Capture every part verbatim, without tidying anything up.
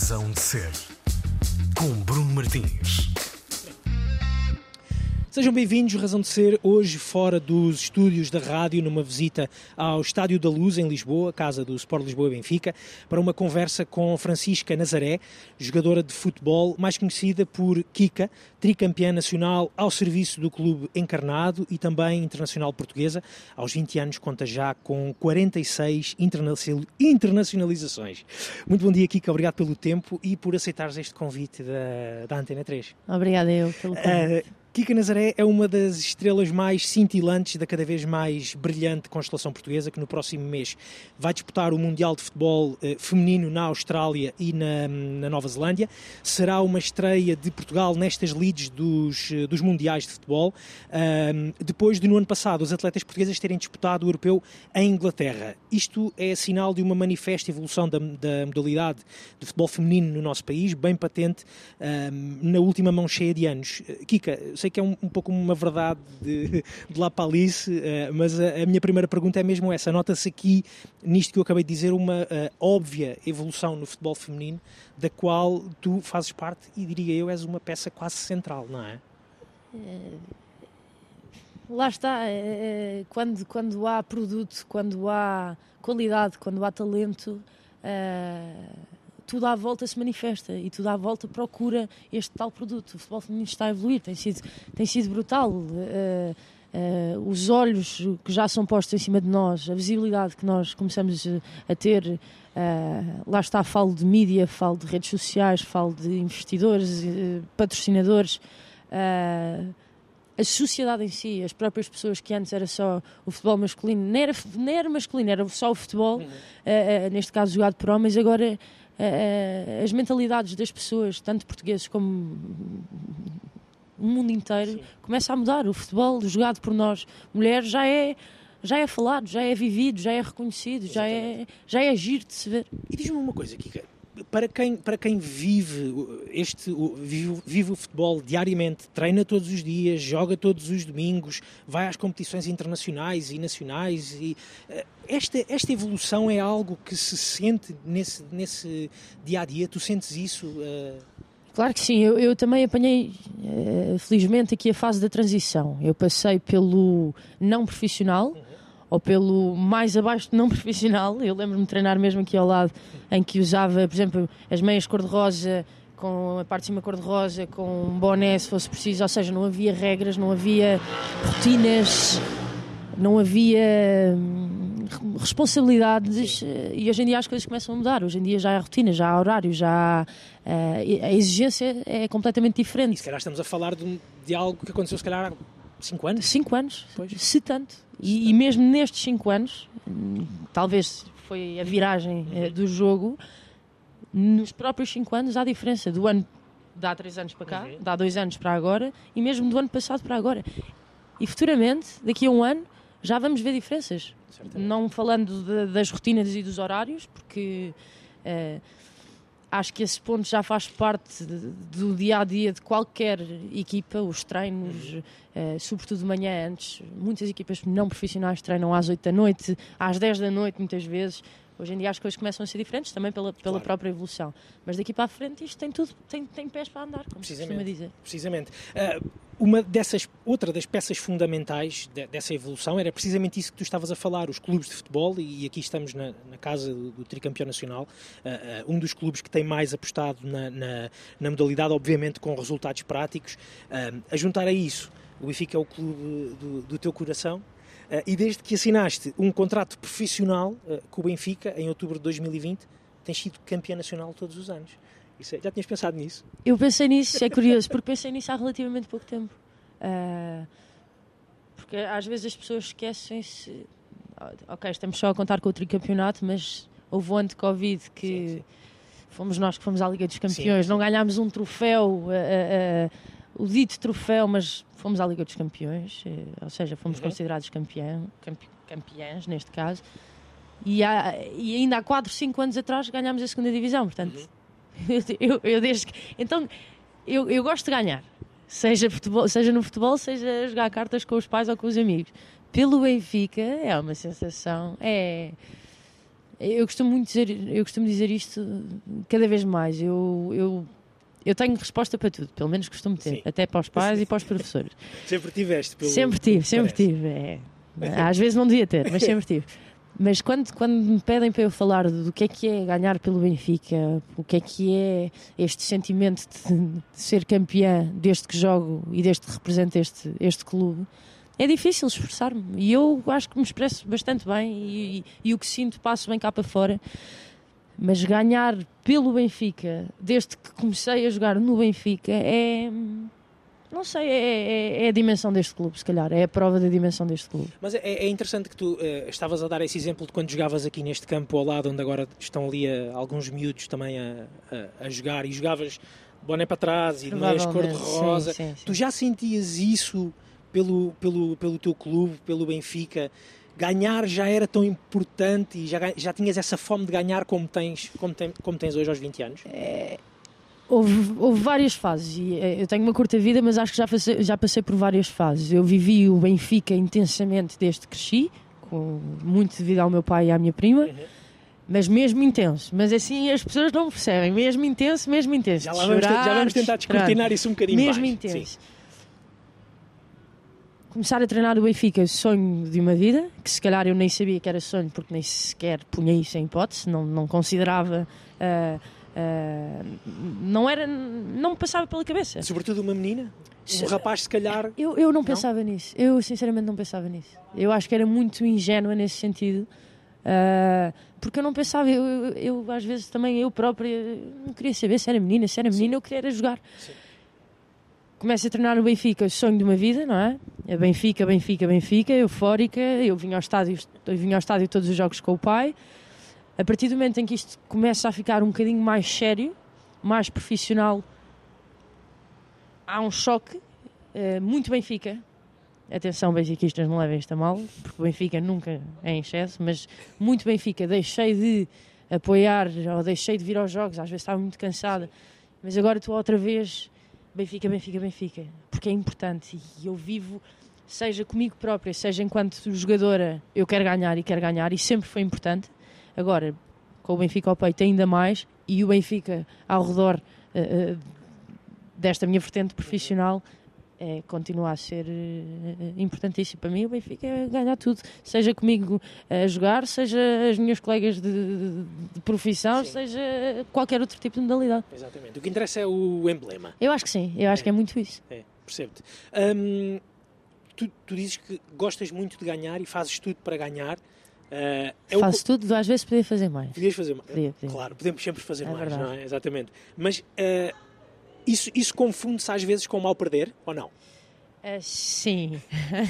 Razão de Ser, com Bruno Martins. Sejam bem-vindos, Razão de Ser, hoje fora dos estúdios da rádio, numa visita ao Estádio da Luz, em Lisboa, casa do Sport Lisboa e Benfica, para uma conversa com Francisca Nazaré, jogadora de futebol, mais conhecida por Kika, tricampeã nacional ao serviço do clube encarnado e também internacional portuguesa. Aos vinte anos conta já com quarenta e seis internacionalizações. Muito bom dia, Kika, obrigado pelo tempo e por aceitares este convite da, da Antena três. Obrigada eu pelo convite. Uh, Kika Nazaré é uma das estrelas mais cintilantes da cada vez mais brilhante constelação portuguesa, que no próximo mês vai disputar o Mundial de Futebol eh, feminino na Austrália e na, na Nova Zelândia. Será uma estreia de Portugal nestas leads dos, dos Mundiais de Futebol, um, depois de no ano passado os atletas portugueses terem disputado o Europeu em Inglaterra. Isto é sinal de uma manifesta evolução da, da modalidade de futebol feminino no nosso país, bem patente um, na última mão cheia de anos. Kika, sei que é um, um pouco uma verdade de, de lá para Alice, uh, mas a, a minha primeira pergunta é mesmo essa. Nota-se aqui, nisto que eu acabei de dizer, uma uh, óbvia evolução no futebol feminino, da qual tu fazes parte e, diria eu, és uma peça quase central, não é? É, lá está, é, quando, quando há produto, quando há qualidade, quando há talento, é, tudo à volta se manifesta e tudo à volta procura este tal produto. O futebol feminino está a evoluir, tem sido, tem sido brutal. Uh, uh, os olhos que já são postos em cima de nós, a visibilidade que nós começamos a ter, uh, lá está, falo de mídia, falo de redes sociais, falo de investidores, uh, patrocinadores, uh, a sociedade em si, as próprias pessoas que antes era só o futebol masculino, nem era, nem era masculino, era só o futebol, uh, uh, neste caso jogado por homens, agora Uh, as mentalidades das pessoas, tanto portugueses como o mundo inteiro, sim, começa a mudar. O futebol jogado por nós mulheres já é, já é falado, já é vivido, já é reconhecido, já é, já é giro de se ver. E diz-me uma coisa, Kika, para quem, para quem vive, este, vive, vive o futebol diariamente, treina todos os dias, joga todos os domingos, vai às competições internacionais e nacionais, e esta, esta evolução é algo que se sente nesse, nesse dia-a-dia? Tu sentes isso? Uh... Claro que sim, eu, eu também apanhei, uh, felizmente, aqui a fase da transição. Eu passei pelo não profissional, uhum, ou pelo mais abaixo de não profissional. Eu lembro-me de treinar mesmo aqui ao lado, em que usava, por exemplo, as meias cor-de-rosa, com a parte de cima cor-de-rosa, com um boné se fosse preciso, ou seja, não havia regras, não havia rotinas, não havia hum, responsabilidades. E hoje em dia as coisas começam a mudar. Hoje em dia já há rotina, já há horário, já há, uh, a exigência é completamente diferente. E se calhar estamos a falar de, de algo que aconteceu se calhar há cinco anos? Cinco anos, pois, se tanto. E, e mesmo nestes cinco anos, talvez foi a viragem eh, do jogo, nos próprios cinco anos há diferença do ano de há três anos para cá, uhum, de há dois anos para agora, e mesmo do ano passado para agora. E futuramente, daqui a um ano, já vamos ver diferenças. Certamente. Não falando de, das rotinas e dos horários, porque eh, acho que esse ponto já faz parte de, do dia-a-dia de qualquer equipa, os treinos, uhum, uh, sobretudo de manhã antes. Muitas equipas não profissionais treinam às oito da noite, às dez da noite muitas vezes. Hoje em dia as coisas começam a ser diferentes, também pela, pela claro, própria evolução. Mas daqui para a frente isto tem tudo, tem, tem pés para andar, como se costuma dizer. Precisamente. Uh, uma dessas, outra das peças fundamentais de, dessa evolução era precisamente isso que tu estavas a falar, os clubes de futebol, e aqui estamos na, na casa do, do tricampeão nacional, uh, uh, um dos clubes que tem mais apostado na, na, na modalidade, obviamente com resultados práticos. Uh, a juntar a isso, o Benfica é o clube do, do teu coração. Uh, e desde que assinaste um contrato profissional uh, com o Benfica, em outubro de dois mil e vinte, tens sido campeão nacional todos os anos. Isso é, já tinhas pensado nisso? Eu pensei nisso, é curioso, porque pensei nisso há relativamente pouco tempo. Uh, porque às vezes as pessoas esquecem-se... Ok, estamos só a contar com o tricampeonato, mas houve um ano de Covid que sim, sim. fomos nós que fomos à Liga dos Campeões, sim, não ganhámos um troféu... Uh, uh, uh, o dito troféu, mas fomos à Liga dos Campeões, ou seja, fomos uhum, considerados campeão, campe, campeões, neste caso, e, há, e ainda há quatro, cinco anos atrás ganhámos a segunda divisão, portanto, uhum, eu, eu desde que... Então, eu, eu gosto de ganhar, seja, futebol, seja no futebol, seja jogar cartas com os pais ou com os amigos. Pelo Benfica, é uma sensação, é... Eu costumo muito dizer, eu costumo dizer isto cada vez mais. Eu, eu, eu tenho resposta para tudo, pelo menos costumo ter, Sim. até para os pais e para os professores. Sempre tiveste? Pelo, sempre tive, sempre parece. tive. É. Às vezes não devia ter, mas sempre tive. Mas quando, quando me pedem para eu falar do que é que é ganhar pelo Benfica, o que é que é este sentimento de, de ser campeã desde que jogo e desde que represento este, este clube, é difícil expressar-me. E eu acho que me expresso bastante bem e, e, e o que sinto passo bem cá para fora. Mas ganhar pelo Benfica, desde que comecei a jogar no Benfica, é... Não sei, é, é, é a dimensão deste clube, se calhar. É a prova da dimensão deste clube. Mas é, é interessante que tu uh, estavas a dar esse exemplo de quando jogavas aqui neste campo ao lado, onde agora estão ali uh, alguns miúdos também a, a, a jogar, e jogavas boné para trás e meias cor-de-rosa. Sim, sim, sim. Tu já sentias isso pelo, pelo, pelo teu clube, pelo Benfica? Ganhar já era tão importante e já, já tinhas essa fome de ganhar como tens, como tem, como tens hoje aos vinte anos? É... Houve, houve várias fases e eu tenho uma curta vida, mas acho que já passei, já passei por várias fases. Eu vivi o Benfica intensamente desde que cresci, com, muito devido ao meu pai e à minha prima, uhum. Mas mesmo intenso. Mas assim as pessoas não percebem, mesmo intenso, mesmo intenso. Já, lá vamos, chorar, já vamos tentar descortinar isso um bocadinho mesmo mais. Intenso. Sim. Começar a treinar o Benfica, sonho de uma vida, que se calhar eu nem sabia que era sonho, porque nem sequer punha isso em hipótese, não, não considerava... Uh, Uh, não era, não me passava pela cabeça. Sobretudo uma menina, um rapaz se calhar. Eu, eu não, não pensava nisso, eu sinceramente não pensava nisso. Eu acho que era muito ingênua nesse sentido, uh, porque eu não pensava, eu, eu, eu às vezes também eu própria não queria saber se era menina, se era menina, Sim. Eu queria era jogar. Sim. Começo a treinar no Benfica, sonho de uma vida, não é? A Benfica, Benfica, Benfica, eufórica. Eu vinha ao estádio, eu vinha ao estádio todos os jogos com o pai. A partir do momento em que isto começa a ficar um bocadinho mais sério, mais profissional, há um choque, uh, muito Benfica. Atenção, benfiquistas, não levem isto a mal, porque o Benfica nunca é em excesso, mas muito Benfica. Deixei de apoiar, ou deixei de vir aos jogos, às vezes estava muito cansada, mas agora estou outra vez Benfica, Benfica, Benfica, porque é importante e eu vivo, seja comigo própria, seja enquanto jogadora, eu quero ganhar e quero ganhar, e sempre foi importante. Agora, com o Benfica ao peito ainda mais, e o Benfica ao redor uh, uh, desta minha vertente profissional, é, continua a ser uh, importantíssimo. Para mim o Benfica é ganhar tudo, seja comigo a jogar, seja as minhas colegas de, de, de profissão, sim. Seja qualquer outro tipo de modalidade. Exatamente, o que interessa é o emblema. Eu acho que sim, eu acho é. que é muito isso. É, percebo-te. Hum, tu, tu dizes que gostas muito de ganhar e fazes tudo para ganhar. Uh, é Faço o... tudo, às vezes podia fazer mais. Podias fazer mais. Podia, podia. Claro, podemos sempre fazer é mais, verdade. Não é? Exatamente. Mas uh, isso, isso confunde-se às vezes com o mal perder, ou não? Uh, sim.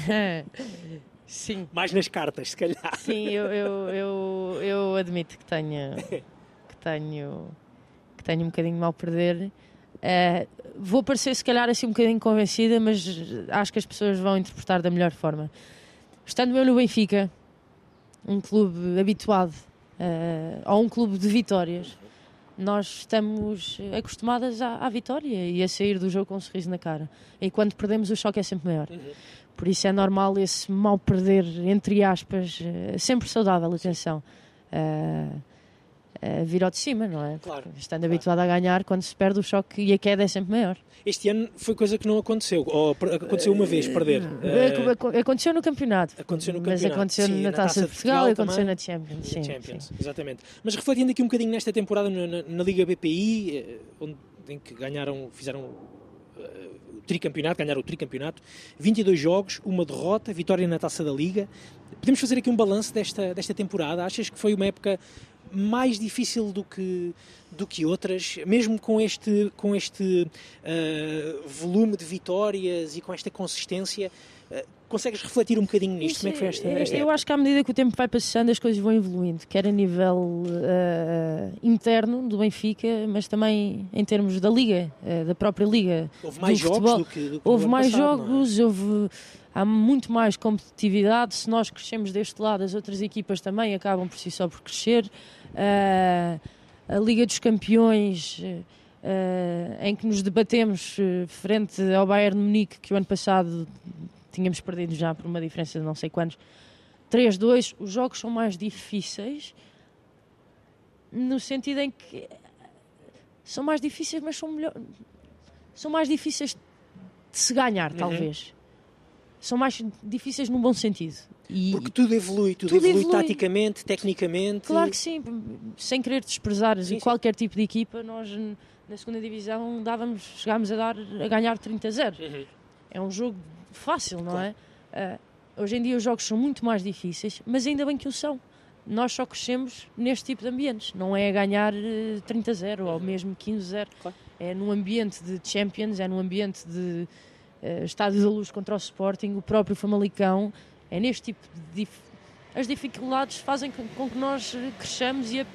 Sim. Mais nas cartas, se calhar. Sim, eu, eu, eu, eu admito que tenho, que tenho, que tenho um bocadinho de mal perder. Uh, vou parecer se calhar assim um bocadinho convencida, mas acho que as pessoas vão interpretar da melhor forma. Estando eu no Benfica, um clube habituado uh, a um clube de vitórias, nós estamos acostumadas à, à vitória e a sair do jogo com um sorriso na cara. E quando perdemos o choque é sempre maior. Uhum. Por isso é normal esse mal perder, entre aspas, uh, sempre saudável, atenção, uh, uh, vir ao de cima, não é? Claro, Porque estando claro. habituado a ganhar, quando se perde o choque e a queda é sempre maior. Este ano foi coisa que não aconteceu, ou aconteceu uma vez, perder. Uh, aconteceu no campeonato. Aconteceu no mas campeonato. aconteceu Sim, na, na Taça de Portugal, Portugal e aconteceu também. na Champions. Sim, Champions, sim. Exatamente. Mas refletindo aqui um bocadinho nesta temporada na, na, na Liga B P I, onde, em que ganharam, fizeram uh, o tricampeonato, ganharam o tricampeonato, vinte e dois jogos, uma derrota, vitória na Taça da Liga. Podemos fazer aqui um balanço desta, desta temporada? Achas que foi uma época mais difícil do que, do que outras, mesmo com este, com este uh, volume de vitórias e com esta consistência? Uh, consegues refletir um bocadinho nisto? Isso, como é que foi esta, esta Eu época? acho que à medida que o tempo vai passando as coisas vão evoluindo, quer a nível uh, interno do Benfica, mas também em termos da Liga, uh, da própria Liga. Houve mais do jogos futebol. do que, do que Houve no ano mais passado, jogos, não é? houve... Há muito mais competitividade. Se nós crescemos deste lado, as outras equipas também acabam por si só por crescer. Uh, a Liga dos Campeões, uh, em que nos debatemos uh, frente ao Bayern de Munique, que o ano passado tínhamos perdido já por uma diferença de não sei quantos, três dois. Os jogos são mais difíceis, no sentido em que são mais difíceis, mas são melhor, são mais difíceis de se ganhar, uhum. talvez. São mais difíceis num bom sentido. E porque tudo evolui, tudo, tudo evolui, evolui taticamente, tecnicamente. Claro que sim, sem querer desprezar sim, qualquer sim. tipo de equipa, nós na segunda divisão dávamos, chegámos a, dar, a ganhar trinta a zero. Uhum. É um jogo fácil, não claro. é? Uh, hoje em dia os jogos são muito mais difíceis, mas ainda bem que o são. Nós só crescemos neste tipo de ambientes, não é a ganhar uh, trinta a zero uhum. ou mesmo quinze a zero. Claro. É num ambiente de Champions, é num ambiente de uh, Estádio da Luz contra o Sporting, o próprio Famalicão. É neste tipo de... Dif... As dificuldades fazem com que nós cresçamos e a...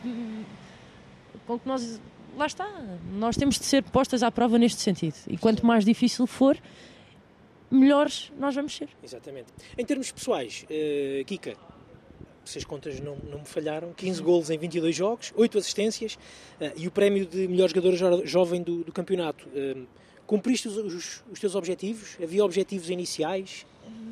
com que nós... Lá está. Nós temos de ser postas à prova neste sentido. E quanto mais difícil for, melhores nós vamos ser. Exatamente. Em termos pessoais, uh, Kika, se as contas não, não me falharam, quinze golos em vinte e dois jogos, oito assistências uh, e o prémio de melhor jogadora jo- jovem do, do campeonato. Uh, cumpriste os, os, os teus objetivos? Havia objetivos iniciais?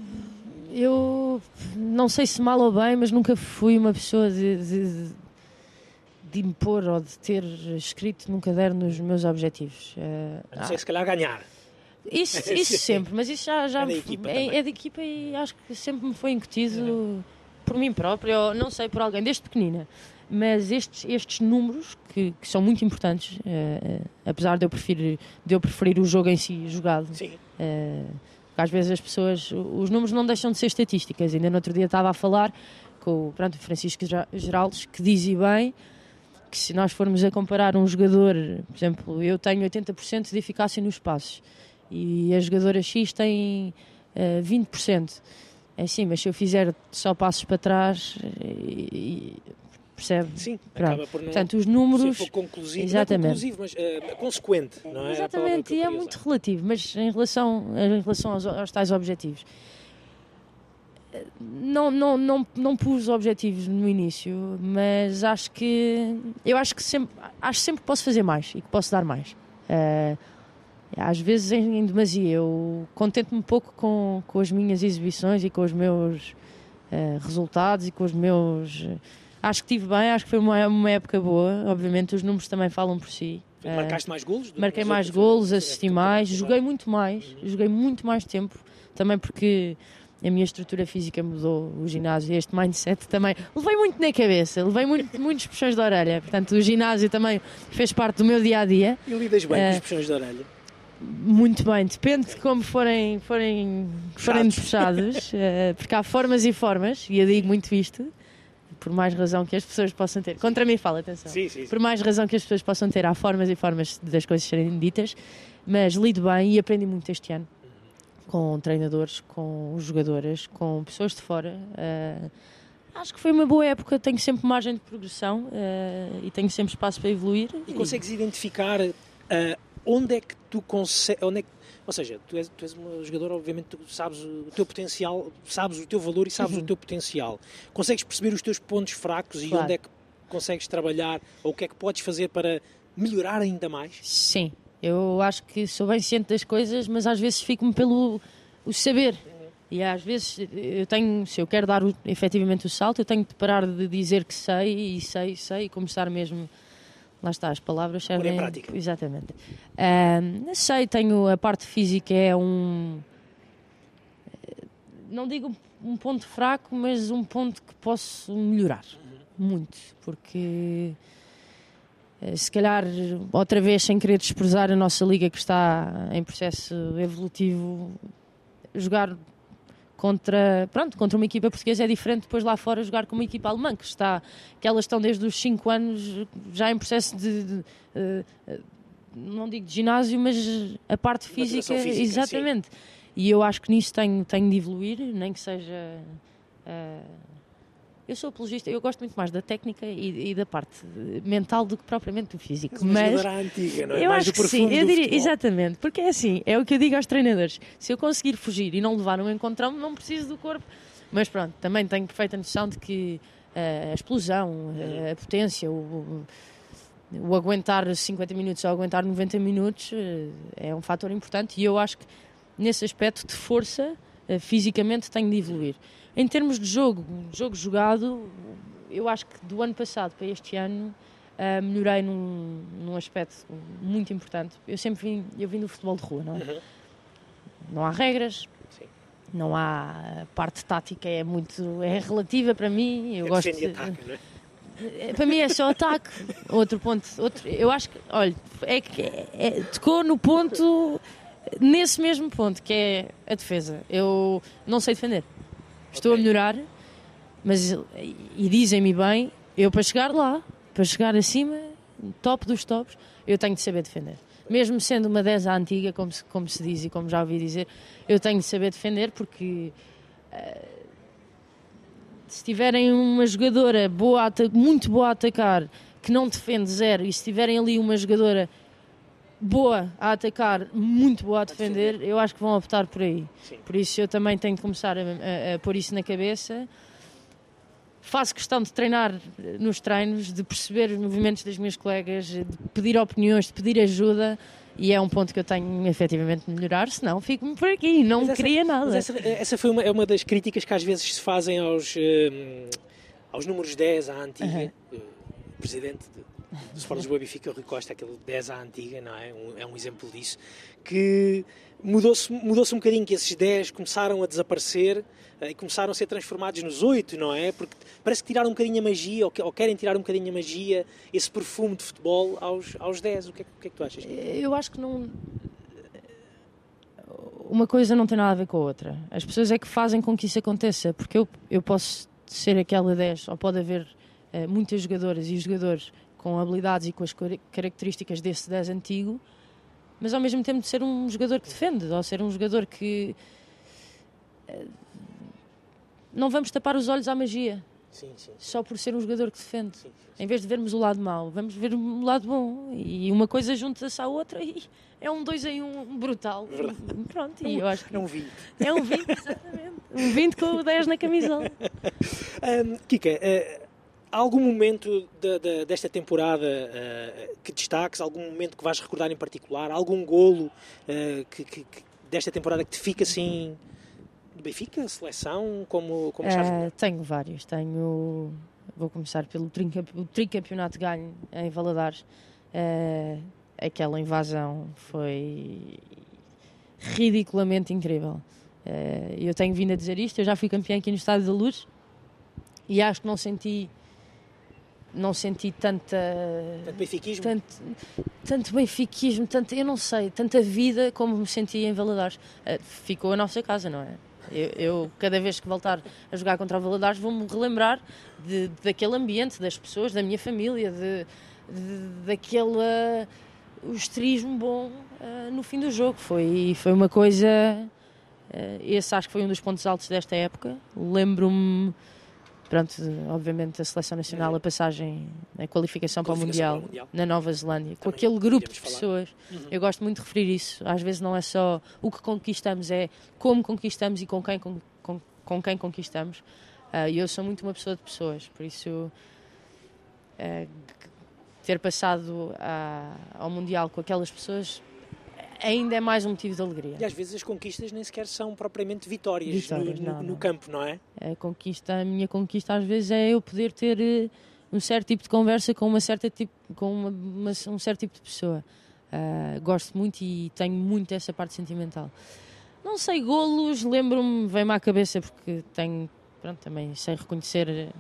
Eu não sei se mal ou bem, mas nunca fui uma pessoa de, de, de impor ou de ter escrito num caderno os meus objetivos. Uh, não sei, ah, se calhar ganhar. Isso, isso sempre, mas isso já, já é, da equipa é, é de equipa e acho que sempre me foi incutido uhum. por mim próprio, ou não sei, por alguém, desde pequenina. Mas estes, estes números, que, que são muito importantes, uh, apesar de eu, preferir, de eu preferir o jogo em si jogado, Sim. Uh, às vezes as pessoas, os números não deixam de ser estatísticas. Ainda no outro dia estava a falar com o pronto, Francisco Geraldes, que dizia bem que se nós formos a comparar um jogador, por exemplo, eu tenho oitenta por cento de eficácia nos passos e a jogadora X tem uh, vinte por cento. É assim, mas se eu fizer só passos para trás, e, e, percebe? Sim, Pronto. acaba por não Portanto, os números, ser pouco conclusivo, exatamente. Não é conclusivo, mas uh, consequente, não é? Exatamente, e é muito relativo, mas em relação, em relação aos, aos tais objetivos, não, não, não, não pus objetivos no início, mas acho que eu acho que sempre, acho sempre que posso fazer mais e que posso dar mais. Uh, às vezes em, em demasia, eu contento-me um pouco com, com as minhas exibições e com os meus uh, resultados e com os meus... Uh, acho que estive bem, acho que foi uma, uma época boa, obviamente os números também falam por si. Marcaste mais golos? Marquei mais golos, assisti mais, joguei muito mais, joguei muito mais tempo, também porque a minha estrutura física mudou, o ginásio, este mindset também, levei muito na cabeça, levei muito, muitos puxões de orelha, portanto o ginásio também fez parte do meu dia-a-dia. E lidas bem uh, com os puxões de orelha? Muito bem, depende de como forem, forem, forem puxados, uh, porque há formas e formas, e eu digo muito isto, por mais razão que as pessoas possam ter. Contra mim fala, atenção. Sim, sim, sim. Por mais razão que as pessoas possam ter, há formas e formas das coisas serem ditas, mas lido bem e aprendi muito este ano. Com treinadores, com jogadoras, com pessoas de fora. Uh, acho que foi uma boa época, tenho sempre margem de progressão uh, e tenho sempre espaço para evoluir. E consegues e... identificar uh, onde é que tu consegues... Onde é que... Ou seja, tu és, tu és uma jogadora, obviamente tu sabes o teu potencial, sabes o teu valor e sabes uhum. o teu potencial. Consegues perceber os teus pontos fracos claro. E onde é que consegues trabalhar ou o que é que podes fazer para melhorar ainda mais? Sim, eu acho que sou bem ciente das coisas, mas às vezes fico-me pelo o saber. Uhum. E às vezes eu tenho, se eu quero dar o, efetivamente o salto, eu tenho de parar de dizer que sei e sei, sei e começar mesmo... Lá está, as palavras servem... Por em prática. Exatamente. Um, sei, tenho a parte física é um... Não digo um ponto fraco, mas um ponto que posso melhorar. Uhum. Muito. Porque se calhar, outra vez, sem querer desprezar a nossa liga que está em processo evolutivo, jogar... Contra, pronto, contra uma equipa portuguesa é diferente depois lá fora jogar com uma equipa alemã, que, está, que elas estão desde os cinco anos já em processo de, de, de, de não digo de ginásio, mas a parte física, física, exatamente. Sim. E eu acho que nisso tenho, tenho de evoluir, nem que seja... Uh, eu sou apologista, eu gosto muito mais da técnica e, e da parte mental do que propriamente do físico. Mas, mas antiga, não é? Eu mais acho do que sim, eu diria, futebol. Exatamente, porque é assim, é o que eu digo aos treinadores. Se eu conseguir fugir e não levar um encontrão, não preciso do corpo. Mas pronto, também tenho perfeita noção de que uh, a explosão, uh, a potência, o, o aguentar cinquenta minutos ou aguentar noventa minutos uh, é um fator importante e eu acho que nesse aspecto de força, uh, fisicamente tenho de evoluir. Em termos de jogo, jogo jogado, eu acho que do ano passado para este ano uh, melhorei num, num aspecto muito importante. Eu sempre vim, eu vim do futebol de rua, não é? Uhum. Não há regras, sim. Não há a parte tática, é muito é relativa para mim. Eu é gosto de ataque, não é? Para mim é só ataque. Outro ponto, outro, eu acho que, olha, é que é, é, tocou no ponto, nesse mesmo ponto, que é a defesa. Eu não sei defender. Estou okay. a melhorar, mas e dizem-me bem, eu para chegar lá, para chegar acima, top dos tops, eu tenho de saber defender. Mesmo sendo uma dez à antiga, como se, como se diz e como já ouvi dizer, eu tenho de saber defender porque uh, se tiverem uma jogadora boa a, muito boa a atacar, que não defende zero, e se tiverem ali uma jogadora boa a atacar, muito boa a defender, eu acho que vão optar por aí. Sim. Por isso eu também tenho de começar a, a, a pôr isso na cabeça. Faço questão de treinar nos treinos, de perceber os movimentos das minhas colegas, de pedir opiniões, de pedir ajuda, e é um ponto que eu tenho efetivamente de melhorar, senão fico-me por aqui, não essa, queria nada. Essa, essa foi uma, é uma das críticas que às vezes se fazem aos, um, aos números dez à antiga. Uhum. O presidente de, do Sport Lisboa Benfica, o Rui Costa, aquele dez à antiga, não é? Um, é um exemplo disso, que mudou-se, mudou-se um bocadinho, que esses dez começaram a desaparecer e começaram a ser transformados nos oito, não é? Porque parece que tiraram um bocadinho a magia, ou, que, ou querem tirar um bocadinho a magia, esse perfume de futebol aos, aos dez. O que, é, o que é que tu achas? Eu acho que não... Uma coisa não tem nada a ver com a outra. As pessoas é que fazem com que isso aconteça, porque eu, eu posso ser aquela dez, ou pode haver uh, muitas jogadoras e jogadores com habilidades e com as características desse dez antigo, mas ao mesmo tempo de ser um jogador que defende, ou ser um jogador que... Uh, não vamos tapar os olhos à magia, sim, sim, sim. Só por ser um jogador que defende. Sim, sim, sim. Em vez de vermos o lado mau, vamos ver o lado bom. E uma coisa junta-se à outra e é um dois em um brutal. Verdade. Pronto, e eu acho que... É um vinte. É um vinte, exatamente. Um vinte com o dez na camisola. um, Kika, uh, há algum momento de, de, desta temporada uh, que destaques? Algum momento que vais recordar em particular? Algum golo uh, que, que, que, desta temporada que te fica assim... Benfica, seleção, como, como uh, tenho vários, tenho, vou começar pelo tricampeonato ganho em Valadares. Uh, aquela invasão foi ridiculamente incrível. Uh, eu tenho vindo a dizer isto, eu já fui campeã aqui no Estádio da Luz e acho que não senti não senti tanta tanto benfiquismo, tanto, tanto benfiquismo, tanto, eu não sei, tanta vida como me senti em Valadares. Uh, ficou a nossa casa, não é? Eu, eu, cada vez que voltar a jogar contra o Valadares, vou-me relembrar de, de, daquele ambiente, das pessoas, da minha família, de, de, daquele uh, o esterismo bom uh, no fim do jogo. Foi, foi uma coisa... Uh, esse acho que foi um dos pontos altos desta época. Lembro-me, pronto, obviamente, a Seleção Nacional, a passagem, a qualificação, para o Mundial, para o Mundial na Nova Zelândia, com aquele grupo de pessoas. Uhum. Eu gosto muito de referir isso. Às vezes não é só o que conquistamos, é como conquistamos e com quem, com, com, com quem conquistamos. E uh, eu sou muito uma pessoa de pessoas, por isso uh, ter passado a, ao Mundial com aquelas pessoas ainda é mais um motivo de alegria. E às vezes as conquistas nem sequer são propriamente vitórias, vitórias no, não, no, no campo, não é? A conquista, a minha conquista às vezes é eu poder ter uh, um certo tipo de conversa com, uma certa tipo, com uma, uma, um certo tipo de pessoa. Uh, gosto muito e tenho muito essa parte sentimental. Não sei, golos, lembro-me, vem-me à cabeça porque tenho, pronto, também sei reconhecer uh,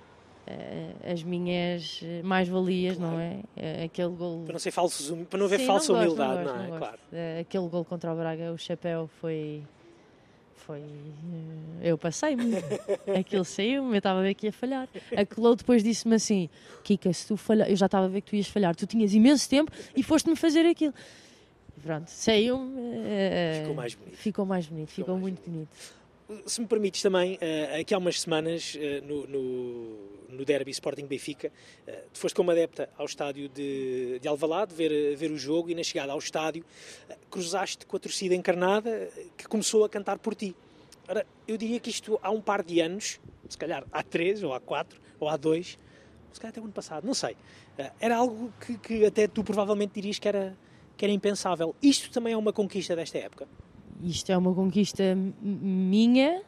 as minhas mais-valias, claro. Não é? Aquele golo... Para não ser falsos, para não haver Sim, falsa não humildade, gosto, não, gosto, não é? Não claro. Aquele golo contra o Braga, o chapéu foi... foi eu passei-me. Aquilo saiu-me, eu estava a ver que ia falhar. A Clou depois disse-me assim: Kika, se tu falhar... Eu já estava a ver que tu ias falhar. Tu tinhas imenso tempo e foste-me fazer aquilo. Pronto, saiu-me. Uh, ficou mais bonito. Ficou mais bonito, ficou, ficou muito bonito. bonito. Se me permites também, uh, aqui há umas semanas, uh, no, no, no derby Sporting Benfica, uh, tu foste como adepta ao estádio de, de Alvalade, ver, ver o jogo, e na chegada ao estádio uh, cruzaste com a torcida encarnada uh, que começou a cantar por ti. Ora, eu diria que isto há um par de anos, se calhar há três, ou há quatro, ou há dois, se calhar até o ano passado, não sei, uh, era algo que, que até tu provavelmente dirias que era, que era impensável. Isto também é uma conquista desta época? Isto é uma conquista minha,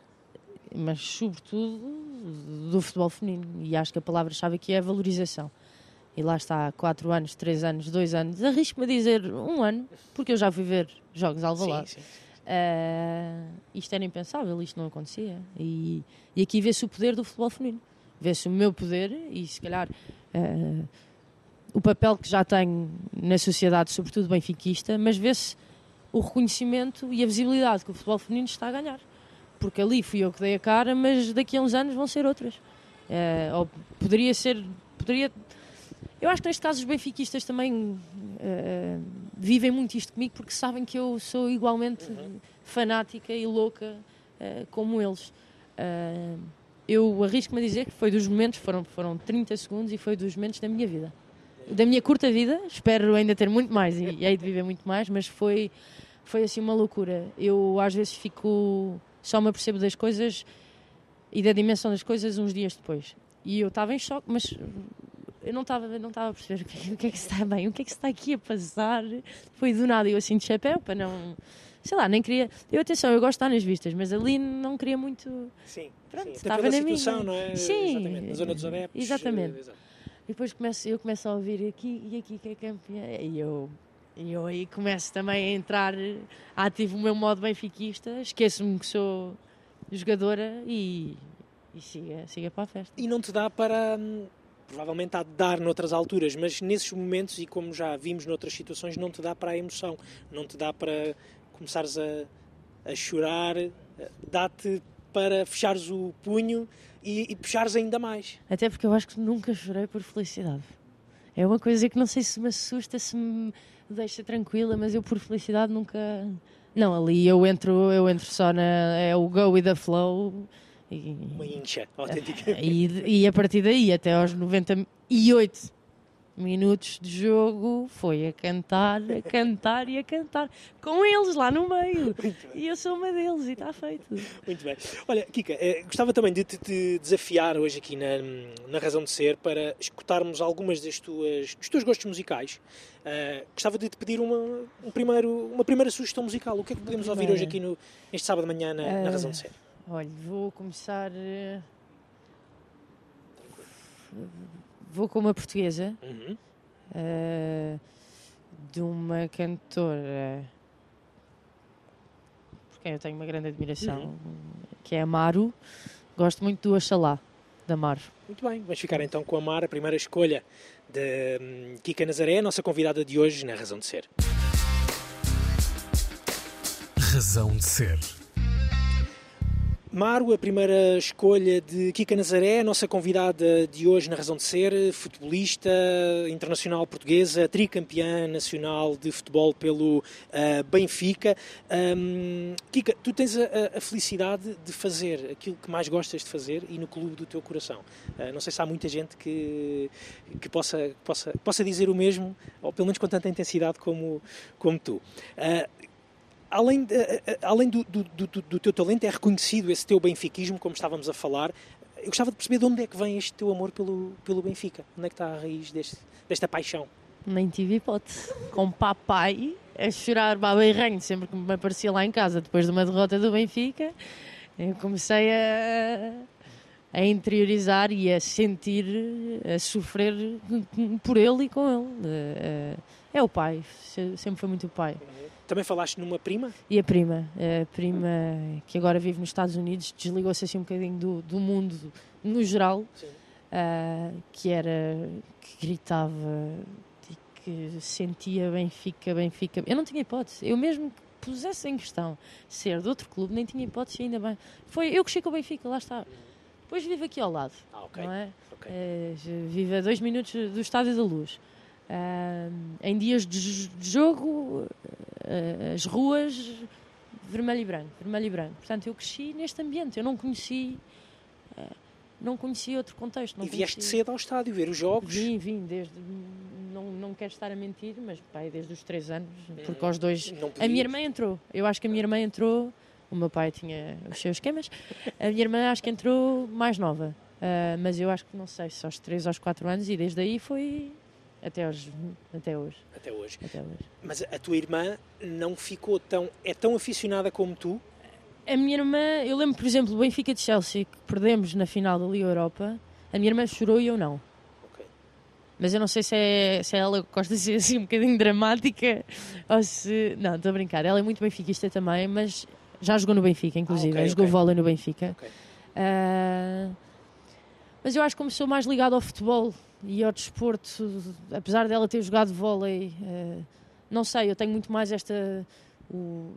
mas sobretudo do futebol feminino. E acho que a palavra-chave aqui é a valorização. e lá está, quatro anos, três anos, dois anos, arrisco-me a dizer um ano, porque eu já fui ver jogos de Alvalade. Sim, sim. Uh, isto era impensável, isto não acontecia. E, e aqui vê-se o poder do futebol feminino. Vê-se o meu poder e, se calhar, uh, o papel que já tenho na sociedade, sobretudo benfiquista, mas vê-se o reconhecimento e a visibilidade que o futebol feminino está a ganhar. Porque ali fui eu que dei a cara, mas daqui a uns anos vão ser outras. Uh, ou poderia ser... Poderia... Eu acho que neste caso os benfiquistas também uh, vivem muito isto comigo, porque sabem que eu sou igualmente uhum. fanática e louca uh, como eles. Uh, eu arrisco-me a dizer que foi dos momentos, foram, foram trinta segundos, e foi dos momentos da minha vida. Da minha curta vida, espero ainda ter muito mais e, e hei de viver muito mais, mas foi, foi assim uma loucura. Eu às vezes fico, só me apercebo das coisas e da dimensão das coisas uns dias depois. E eu estava em choque, mas... Eu não estava não estava a perceber o que, o que é que se está bem, o que é que se está aqui a passar. Foi do nada, eu assim de chapéu, para não... Sei lá, nem queria... Eu, atenção, eu gosto de estar nas vistas, mas ali não queria muito... Sim, pronto, sim. estava Até na pela situação, minha. não é? Sim. Exatamente, na zona dos adeptos. Exatamente. Uh, E depois começo, eu começo a ouvir aqui e aqui que é campeã. E eu, e eu aí começo também a entrar, ativo o meu modo benfiquista, esqueço-me que sou jogadora e, e siga, siga para a festa. E não te dá para... Hum, provavelmente há de dar noutras alturas, mas nesses momentos, e como já vimos noutras situações, não te dá para a emoção, não te dá para começares a, a chorar, dá-te para fechares o punho e, e puxares ainda mais. Até porque eu acho que nunca chorei por felicidade. É uma coisa que não sei se me assusta, se me deixa tranquila, mas eu por felicidade nunca... Não, ali eu entro, eu entro só na... É o go with the flow... E, uma incha, autenticamente. E, e a partir daí, até aos noventa e oito minutos de jogo, foi a cantar, a cantar e a cantar, com eles lá no meio. E eu sou uma deles e está feito. Muito bem. Olha, Kika, eh, gostava também de te de desafiar hoje aqui na, na Razão de Ser para escutarmos algumas das tuas, dos teus gostos musicais. Uh, gostava de te pedir uma, um primeiro, uma primeira sugestão musical. O que é que podemos ouvir hoje aqui no, neste sábado de manhã na, uh... na Razão de Ser? Olha, vou começar... Vou com uma portuguesa, uhum. uh, de uma cantora por quem eu tenho uma grande admiração, uhum. que é a Maru. Gosto muito do Oxalá, da Maru. Muito bem, vamos ficar então com a Maru, a primeira escolha de um, Kika Nazaré, a nossa convidada de hoje na Razão de Ser. Razão de Ser. Maru, a primeira escolha de Kika Nazaré, a nossa convidada de hoje na Razão de Ser, futebolista internacional portuguesa, tricampeã nacional de futebol pelo uh, Benfica. Um, Kika, tu tens a, a felicidade de fazer aquilo que mais gostas de fazer e no clube do teu coração. Uh, não sei se há muita gente que, que possa, possa, possa dizer o mesmo, ou pelo menos com tanta intensidade como, como tu. Uh, Além, de, além do, do, do, do teu talento, é reconhecido esse teu benfiquismo, como estávamos a falar. Eu gostava de perceber de onde é que vem este teu amor pelo, pelo Benfica. Onde é que está a raiz deste, desta paixão? Nem tive hipótese. Com papai a chorar baba e ranho sempre que me aparecia lá em casa depois de uma derrota do Benfica, eu comecei a, a interiorizar e a sentir, a sofrer por ele e com ele. É o pai, sempre foi muito o pai. Também falaste numa prima? E a prima, a prima que agora vive nos Estados Unidos, desligou-se assim um bocadinho do, do mundo no geral, uh, que era, que gritava e que sentia Benfica, Benfica. Eu não tinha hipótese, eu mesmo que pusesse em questão ser de outro clube, nem tinha hipótese, ainda bem. Foi eu que cheguei com o Benfica, lá está. Depois vivo aqui ao lado, ah, okay. não é? Okay. Uh, vivo a dois minutos do Estádio da Luz. Uh, em dias de jogo, uh, as ruas vermelho e branco, vermelho e branco. Portanto, eu cresci neste ambiente, eu não conheci, uh, não conheci outro contexto. Não e vieste conheci... cedo ao estádio ver os jogos? Vim, vim, desde, não, não quero estar a mentir, mas pai, desde os três anos, porque aos dois... A minha irmã entrou, eu acho que a minha irmã entrou, o meu pai tinha os seus esquemas, a minha irmã acho que entrou mais nova, uh, mas eu acho que não sei, se aos três, aos quatro anos, e desde aí foi... Até hoje, até hoje. Até hoje. Até hoje. Mas a tua irmã não ficou tão... É tão aficionada como tu? A minha irmã... Eu lembro, por exemplo, o Benfica de Chelsea, que perdemos na final da Liga Europa. A minha irmã chorou e eu não. Ok. Mas eu não sei se é, se é ela que gosta de ser assim um bocadinho dramática ou se... Não, estou a brincar. Ela é muito benfiquista também, mas já jogou no Benfica, inclusive. Ah, okay, jogou okay. vôlei no Benfica. Okay. Uh, mas eu acho que como sou mais ligado ao futebol e ao desporto, apesar dela ter jogado vôlei, uh, não sei, eu tenho muito mais esta... O,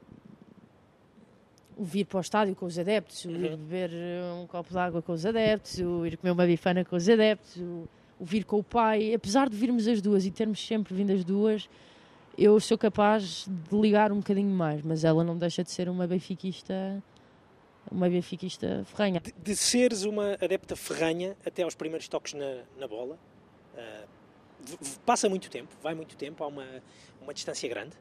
o vir para o estádio com os adeptos, o ir beber um copo de água com os adeptos, o ir comer uma bifana com os adeptos, o, o vir com o pai. Apesar de virmos as duas e termos sempre vindo as duas, eu sou capaz de ligar um bocadinho mais, mas ela não deixa de ser uma benfiquista, uma benfiquista ferranha. De, de seres uma adepta ferranha até aos primeiros toques na, na bola, uh, v- v- passa muito tempo, vai muito tempo, há uma, uma distância grande.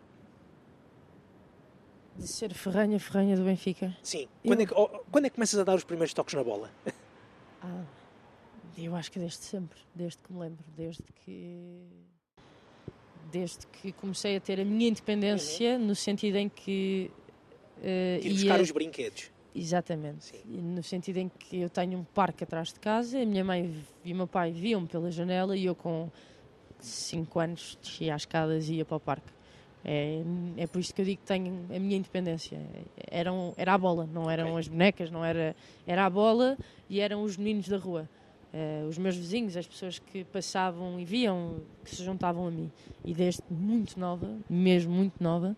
De ser ferranha, ferranha do Benfica? Sim. Eu... Quando, é que, oh, quando é que começas a dar os primeiros toques na bola? Ah, eu acho que desde sempre, desde que me lembro, desde que desde que comecei a ter a minha independência, uhum. no sentido em que uh, ir buscar ia... os brinquedos. Exatamente. Sim. No sentido em que eu tenho um parque atrás de casa, a minha mãe e o meu pai viam-me pela janela e eu com cinco anos descia as escadas e ia para o parque. É, é por isto que eu digo que tenho a minha independência. Eram, era a bola, não eram okay. as bonecas, não era, era a bola e eram os meninos da rua. Uh, os meus vizinhos, as pessoas que passavam e viam, que se juntavam a mim. E desde muito nova, mesmo muito nova,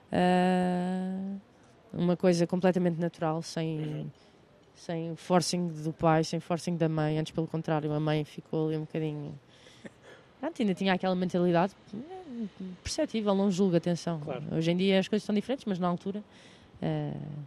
uh, uma coisa completamente natural, sem, uhum. sem forcing do pai, sem forcing da mãe. Antes, pelo contrário, a mãe ficou ali um bocadinho... Pronto, ainda tinha aquela mentalidade perceptível, não julgo, atenção. Claro. Hoje em dia as coisas são diferentes, mas na altura uh,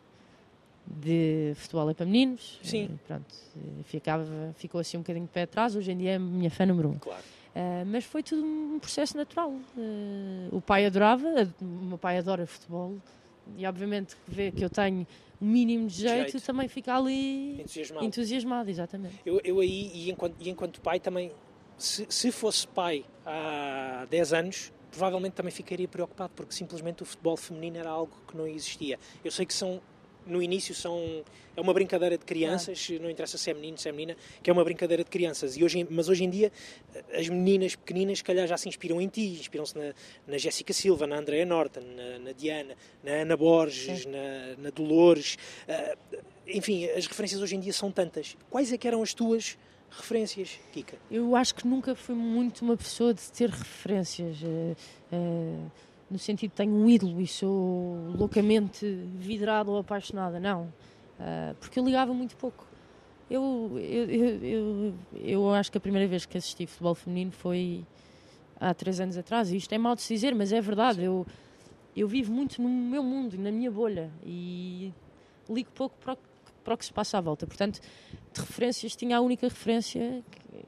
de futebol é para meninos. Sim. Uh, pronto, ficava, ficou assim um bocadinho de pé atrás. Hoje em dia é a minha fã número um. Claro. Uh, mas foi tudo um processo natural. Uh, o pai adorava, o meu pai adora futebol e obviamente que vê que eu tenho o mínimo de jeito, jeito. também fica ali entusiasmado. entusiasmado exatamente. Eu, eu aí, e enquanto, e enquanto pai também, se, se fosse pai há dez anos, provavelmente também ficaria preocupado, porque simplesmente o futebol feminino era algo que não existia. Eu sei que são, no início, são, é uma brincadeira de crianças, ah. não interessa se é menino, se é menina, que é uma brincadeira de crianças. E hoje, mas hoje em dia, as meninas pequeninas, se calhar, já se inspiram em ti, inspiram-se na, na Jéssica Silva, na Andrea Norton, na, na Diana, na Ana Borges, na, na Dolores. Uh, enfim, as referências hoje em dia são tantas. Quais é que eram as tuas referências, Kika? Eu acho que nunca fui muito uma pessoa de ter referências, uh, uh, no sentido de tenho um ídolo e sou loucamente vidrada ou apaixonada, não, uh, porque eu ligava muito pouco. Eu, eu, eu, eu, eu acho que a primeira vez que assisti futebol feminino foi há três anos atrás, e isto é mau de se dizer, mas é verdade. Eu, eu vivo muito no meu mundo, na minha bolha, e ligo pouco para o para o que se passa à volta. Portanto, de referências, tinha a única referência que,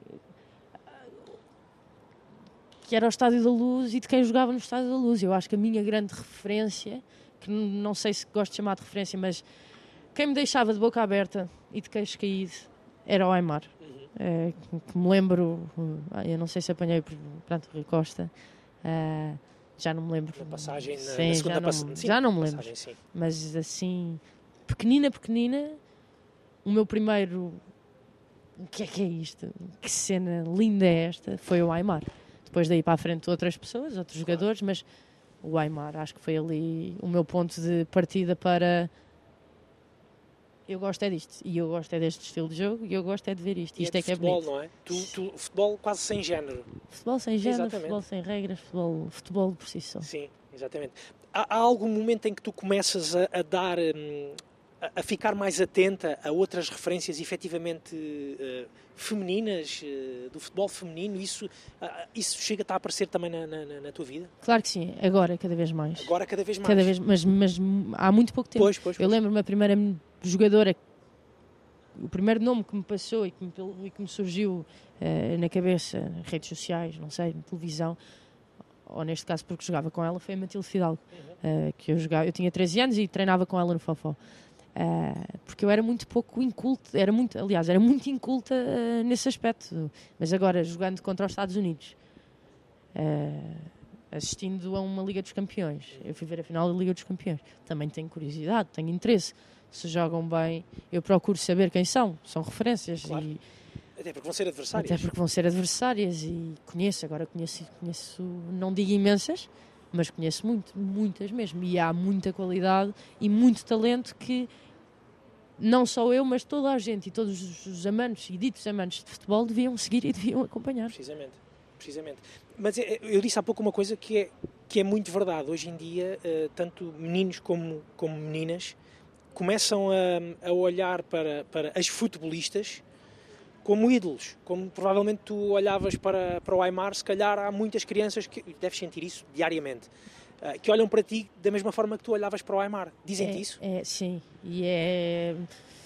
que era o Estádio da Luz e de quem jogava no Estádio da Luz. Eu acho que a minha grande referência, que não sei se gosto de chamar de referência, mas quem me deixava de boca aberta e de queixo caído era o Aimar. Uhum. É, que me lembro, eu não sei se apanhei por pronto, Rui Costa, uh, já não me lembro. Na passagem, sim, na, na segunda já, não, pass- sim, já não me lembro. Passagem, sim. Mas assim, pequenina, pequenina, o meu primeiro, o que é que é isto? Que cena linda é esta? Foi o Aimar. Depois daí para a frente outras pessoas, outros claro. jogadores, mas o Aimar acho que foi ali o meu ponto de partida para eu gosto é disto, e eu gosto é deste estilo de jogo, e eu gosto é de ver isto. E isto é, é que é futebol, bonito. não é? Tu, tu, futebol quase sem género. Futebol sem género, exatamente. Futebol sem regras, futebol, futebol por si só. Sim, exatamente. Há, há algum momento em que tu começas a, a dar... Hum, a ficar mais atenta a outras referências efetivamente uh, femininas, uh, do futebol feminino? Isso, uh, isso chega a aparecer também na, na, na tua vida? Claro que sim, agora cada vez mais. Agora cada vez mais? Cada vez, mas, mas há muito pouco tempo. Pois, pois, pois. Eu lembro-me a primeira jogadora, o primeiro nome que me passou e que me, e que me surgiu uh, na cabeça, redes sociais, não sei, na televisão, ou neste caso porque jogava com ela, foi a Matilde Fidalgo. Uhum. Uh, que eu, jogava, eu tinha treze anos e treinava com ela no Fofó. Uh, porque eu era muito pouco inculta, era muito, aliás, era muito inculta uh, nesse aspecto, mas agora jogando contra os Estados Unidos, uh, assistindo a uma Liga dos Campeões, eu fui ver a final da Liga dos Campeões, também tenho curiosidade, tenho interesse, se jogam bem, eu procuro saber quem são, são referências, claro. e Até porque vão ser adversárias. Até porque vão ser adversárias e conheço, agora conheço, conheço, não digo imensas, mas conheço muito, muitas mesmo. E há muita qualidade e muito talento que não só eu, mas toda a gente e todos os amantes e ditos amantes de futebol deviam seguir e deviam acompanhar. Precisamente, precisamente. Mas eu disse há pouco uma coisa que é, que é muito verdade. Hoje em dia, tanto meninos como, como meninas começam a, a olhar para, para as futebolistas como ídolos, como provavelmente tu olhavas para, para o Aimar. Se calhar há muitas crianças que, deves sentir isso diariamente, que olham para ti da mesma forma que tu olhavas para o Aimar. Dizem-te é, isso? É, sim, e é...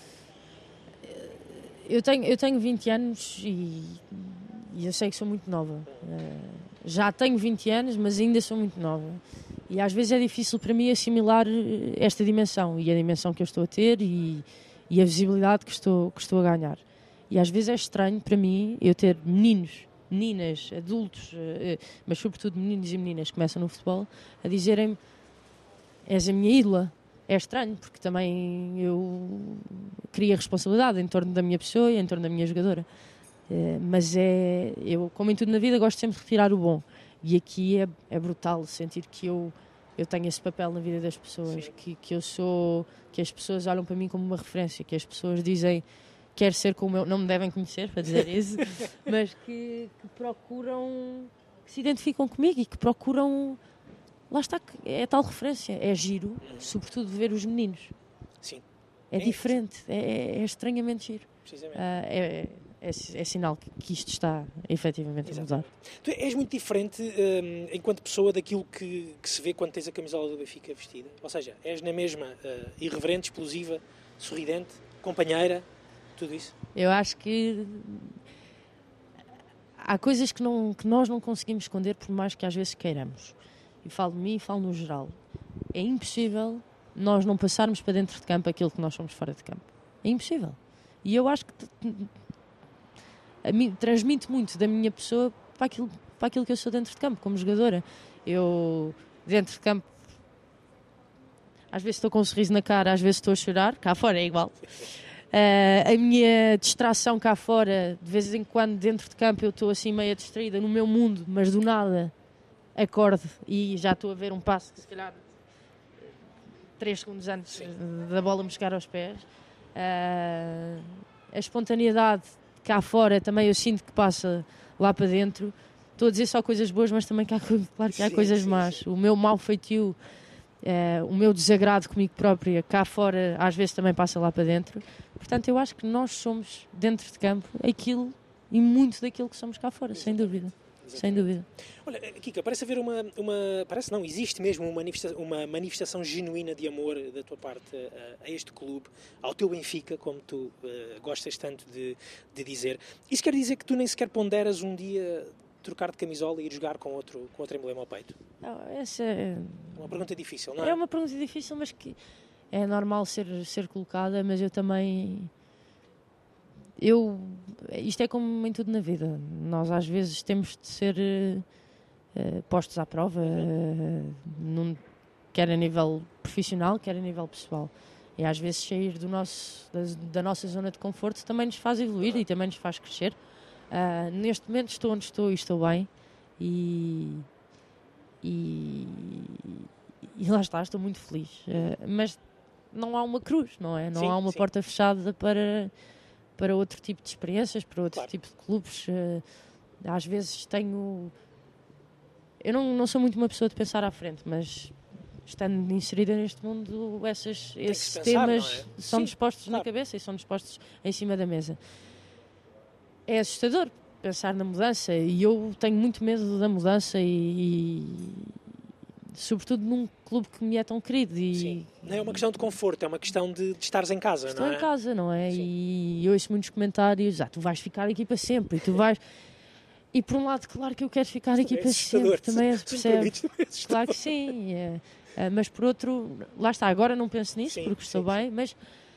Eu tenho, eu tenho vinte anos e, e eu sei que sou muito nova. Já tenho vinte anos, mas ainda sou muito nova. E às vezes é difícil para mim assimilar esta dimensão, e a dimensão que eu estou a ter e, e a visibilidade que estou, que estou a ganhar. E às vezes é estranho para mim eu ter meninos, meninas, adultos, mas sobretudo meninos e meninas que começam no futebol, a dizerem-me: és a minha ídola. É estranho, porque também eu queria responsabilidade em torno da minha pessoa e em torno da minha jogadora. Mas é, eu, como em tudo na vida, gosto sempre de retirar o bom. E aqui é, é brutal sentir que eu, eu tenho esse papel na vida das pessoas, que, que eu sou, que as pessoas olham para mim como uma referência, que as pessoas dizem: quero ser como eu, não me devem conhecer para dizer isso, mas que, que procuram, que se identificam comigo e que procuram, lá está, é tal referência, é giro, sobretudo ver os meninos. Sim. É, é diferente, é, é estranhamente giro. Precisamente. Uh, é, é, é sinal que, que isto está efetivamente a mudar. Tu és muito diferente um, enquanto pessoa daquilo que, que se vê quando tens a camisola do Benfica vestida. Ou seja, és na mesma uh, irreverente, explosiva, sorridente, companheira, tudo isso? Eu acho que há coisas que, não, que nós não conseguimos esconder, por mais que às vezes queiramos. E falo de mim e falo no geral. É impossível nós não passarmos para dentro de campo aquilo que nós somos fora de campo. É impossível. E eu acho que a mim, transmito muito da minha pessoa para aquilo, para aquilo que eu sou dentro de campo, como jogadora. Eu, dentro de campo, às vezes estou com um sorriso na cara, às vezes estou a chorar, cá fora é igual. Uh, a minha distração cá fora, de vez em quando dentro de campo eu estou assim meio distraída no meu mundo, mas do nada acordo e já estou a ver um passo que se calhar três segundos antes Sim. da bola me chegar aos pés. Uh, a espontaneidade cá fora também eu sinto que passa lá para dentro. Estou a dizer só coisas boas, mas também que há, claro que há sim, coisas sim, más. Sim. O meu mau feitio, uh, o meu desagrado comigo própria cá fora às vezes também passa lá para dentro. Portanto, eu acho que nós somos dentro de campo aquilo e muito daquilo que somos cá fora, sem dúvida. Exatamente. Sem dúvida. Olha, Kika, parece haver uma, uma parece não, existe mesmo uma manifestação, uma manifestação genuína de amor da tua parte a, a este clube, ao teu Benfica, como tu uh, gostas tanto de, de dizer. Isso quer dizer que tu nem sequer ponderas um dia trocar de camisola e ir jogar com outro, com outro emblema ao peito? Não, essa é uma pergunta difícil, não é? É uma pergunta difícil, mas que é normal ser, ser colocada, mas eu também... Eu, isto é como em tudo na vida. Nós às vezes temos de ser uh, postos à prova, uh, num, quer a nível profissional, quer a nível pessoal. E às vezes sair do nosso, da, da nossa zona de conforto também nos faz evoluir e também nos faz crescer. Uh, neste momento estou onde estou e estou bem. E, e, e lá está, estou muito feliz. Uh, mas não há uma cruz, não é? Não sim, há uma sim. porta fechada para... para outro tipo de experiências, para outro claro. tipo de clubes. Às vezes tenho... Eu não, não sou muito uma pessoa de pensar à frente, mas estando inserida neste mundo, essas, esses pensar, temas é? são-nos postos claro. na cabeça e são-nos postos em cima da mesa. É assustador pensar na mudança e eu tenho muito medo da mudança e... e sobretudo num clube que me é tão querido. E sim. Não é uma questão de conforto, é uma questão de, de estares em casa, Estou não é? Estou em casa, não é? Sim. E eu ouço muitos comentários, ah, tu vais ficar aqui para sempre, e tu vais... E por um lado, claro que eu quero ficar aqui é para sempre, também se percebe. Claro que sim, é, é, mas por outro, lá está, agora não penso nisso, sim, porque estou sim, bem, sim. mas...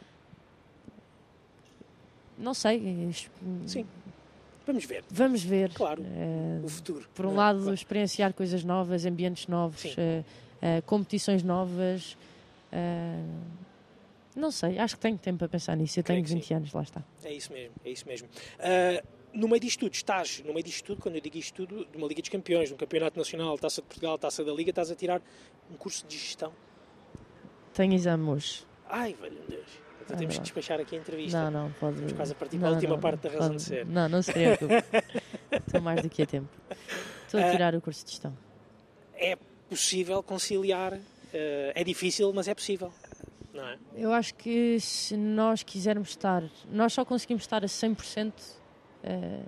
Não sei. Sim. Vamos ver. Vamos ver. Claro, uh, o futuro. Por um lado, claro. experienciar coisas novas, ambientes novos, uh, uh, competições novas. Uh, Não sei, acho que tenho tempo para pensar nisso. Eu tenho vinte anos, lá está. É isso mesmo, é isso mesmo. Uh, no meio disto tudo, estás, no meio disto tudo, quando eu digo isto tudo, de uma Liga dos Campeões, de um Campeonato Nacional, Taça de Portugal, Taça da Liga, estás a tirar um curso de gestão. Tenho exame hoje. Ai, velho Deus. Então É temos verdade. que despachar aqui a entrevista. Não, não, pode... Estamos quase a partir não, para a última não, parte da razão pode... de ser. Não, não se preocupe. Estou mais do que a tempo. Estou a tirar uh, o curso de gestão. É possível conciliar, uh, é difícil, mas é possível, não é? Eu acho que se nós quisermos estar, nós só conseguimos estar a cem por cento uh,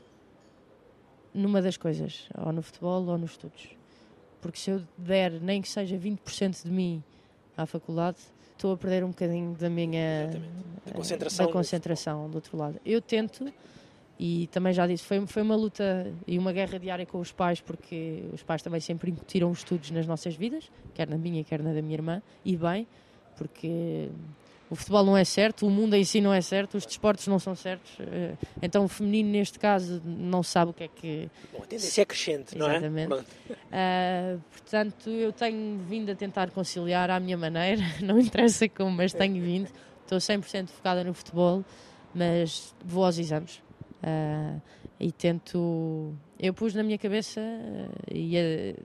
numa das coisas, ou no futebol ou nos estudos. Porque se eu der nem que seja vinte por cento de mim à faculdade, estou a perder um bocadinho da minha da concentração, da concentração do outro lado. Eu tento, e também já disse, foi, foi uma luta e uma guerra diária com os pais, porque os pais também sempre incutiram os estudos nas nossas vidas, quer na minha, quer na da minha irmã, e bem, porque o futebol não é certo, o mundo em si não é certo, os desportos não são certos, então o feminino neste caso não sabe o que é que... Bom, a tendência é crescente, não é? Exatamente. Uh, portanto, eu tenho vindo a tentar conciliar à minha maneira, não interessa como, mas tenho vindo, estou cem por cento focada no futebol, mas vou aos exames uh, e tento... Eu pus na minha cabeça uh, e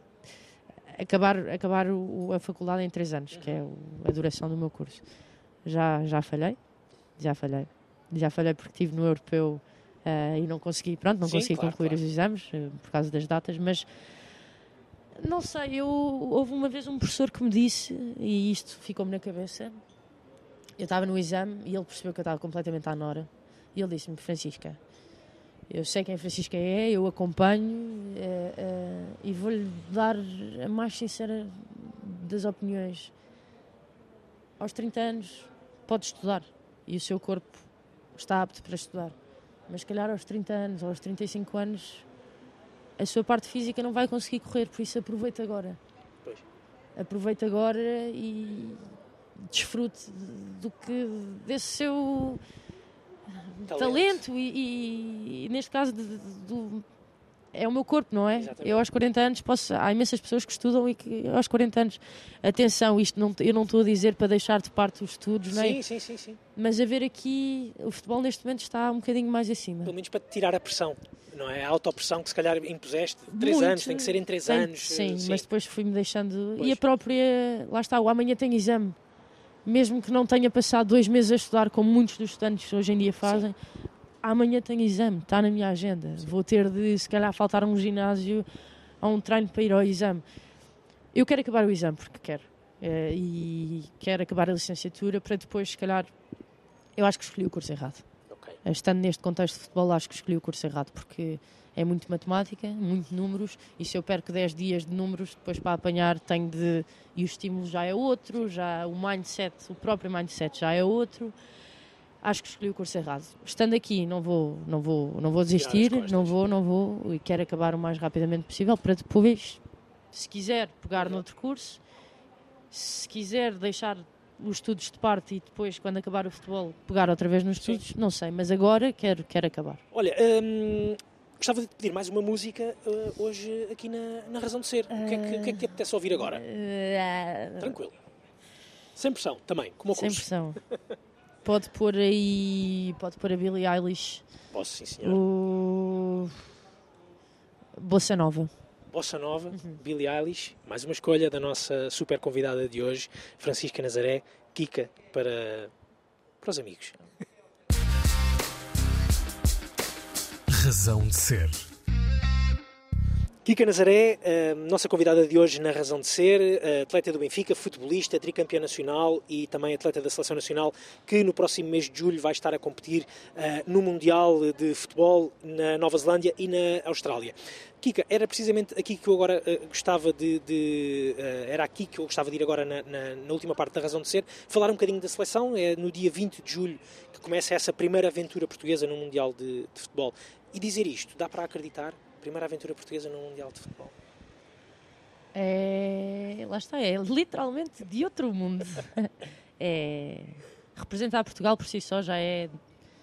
a, acabar, acabar o, a faculdade em três anos, que é o, a duração do meu curso. Já, já falhei, já falhei, já falhei porque estive no europeu uh, e não consegui, pronto, não Sim, consegui claro, concluir claro. os exames uh, por causa das datas, mas não sei, eu, houve uma vez um professor que me disse, e isto ficou-me na cabeça, eu estava no exame e ele percebeu que eu estava completamente à nora, e ele disse-me: Francisca, eu sei quem a Francisca é, eu acompanho uh, uh, e vou-lhe dar a mais sincera das opiniões. Aos trinta anos pode estudar e o seu corpo está apto para estudar, mas se calhar aos trinta anos ou aos trinta e cinco anos a sua parte física não vai conseguir correr, por isso aproveite agora. Pois. Aproveite agora e desfrute do que, desse seu talento, talento e, e, e neste caso de, de, do, é o meu corpo, não é? Exatamente. Eu aos quarenta anos posso, há imensas pessoas que estudam e que aos quarenta anos, atenção, isto não, eu não estou a dizer para deixar de parte os estudos, não é? Sim, sim, sim, sim. Mas a ver aqui, o futebol neste momento está um bocadinho mais acima. Pelo menos para te tirar a pressão, não é? A autopressão que se calhar impuseste, três Muito. anos, tem que ser em três Tem- anos. Sim, sim, mas depois fui-me deixando... Pois. E a própria... Lá está, o amanhã tem exame. Mesmo que não tenha passado dois meses a estudar, como muitos dos estudantes hoje em dia fazem, amanhã tenho exame, está na minha agenda. Sim. Vou ter de, se calhar, faltar a um ginásio, a um treino para ir ao exame. Eu quero acabar o exame porque quero. Eh, e quero acabar a licenciatura para depois, se calhar... Eu acho que escolhi o curso errado. Ok. Estando neste contexto de futebol, acho que escolhi o curso errado, porque é muito matemática, muito números, e se eu perco dez dias de números, depois para apanhar tenho de... E o estímulo já é outro, já o mindset, o próprio mindset já é outro. Acho que escolhi o curso errado. Estando aqui, não vou, não vou, não vou desistir, não vou, não vou, e quero acabar o mais rapidamente possível, para depois, se quiser, pegar noutro curso, se quiser deixar os estudos de parte e depois, quando acabar o futebol, pegar outra vez nos estudos, Sim. não sei, mas agora quero, quero acabar. Olha, hum, gostava de te pedir mais uma música uh, hoje aqui na, na Razão de Ser. O que, é que, o que é que te apetece ouvir agora? Uh, Tranquilo. Sem pressão, também, como o Sem curso. pressão. Pode pôr aí, pode pôr a Billie Eilish, Posso, sim, senhor. o Bossa Nova. Bossa Nova, uhum. Billie Eilish, mais uma escolha da nossa super convidada de hoje, Francisca Nazaré, Kika, para, para os amigos. Razão de Ser. Kika Nazaré, a nossa convidada de hoje na Razão de Ser, atleta do Benfica, futebolista, tricampeã nacional e também atleta da Seleção Nacional, que no próximo mês de julho vai estar a competir uh, no Mundial de Futebol na Nova Zelândia e na Austrália. Kika, era precisamente aqui que eu agora uh, gostava de... de uh, era aqui que eu gostava de ir agora na, na, na última parte da Razão de Ser, falar um bocadinho da seleção. É no dia vinte de julho que começa essa primeira aventura portuguesa no Mundial de, de Futebol. E dizer isto, dá para acreditar? Primeira aventura portuguesa no Mundial de Futebol. É, lá está, é literalmente de outro mundo. É, representar Portugal por si só já é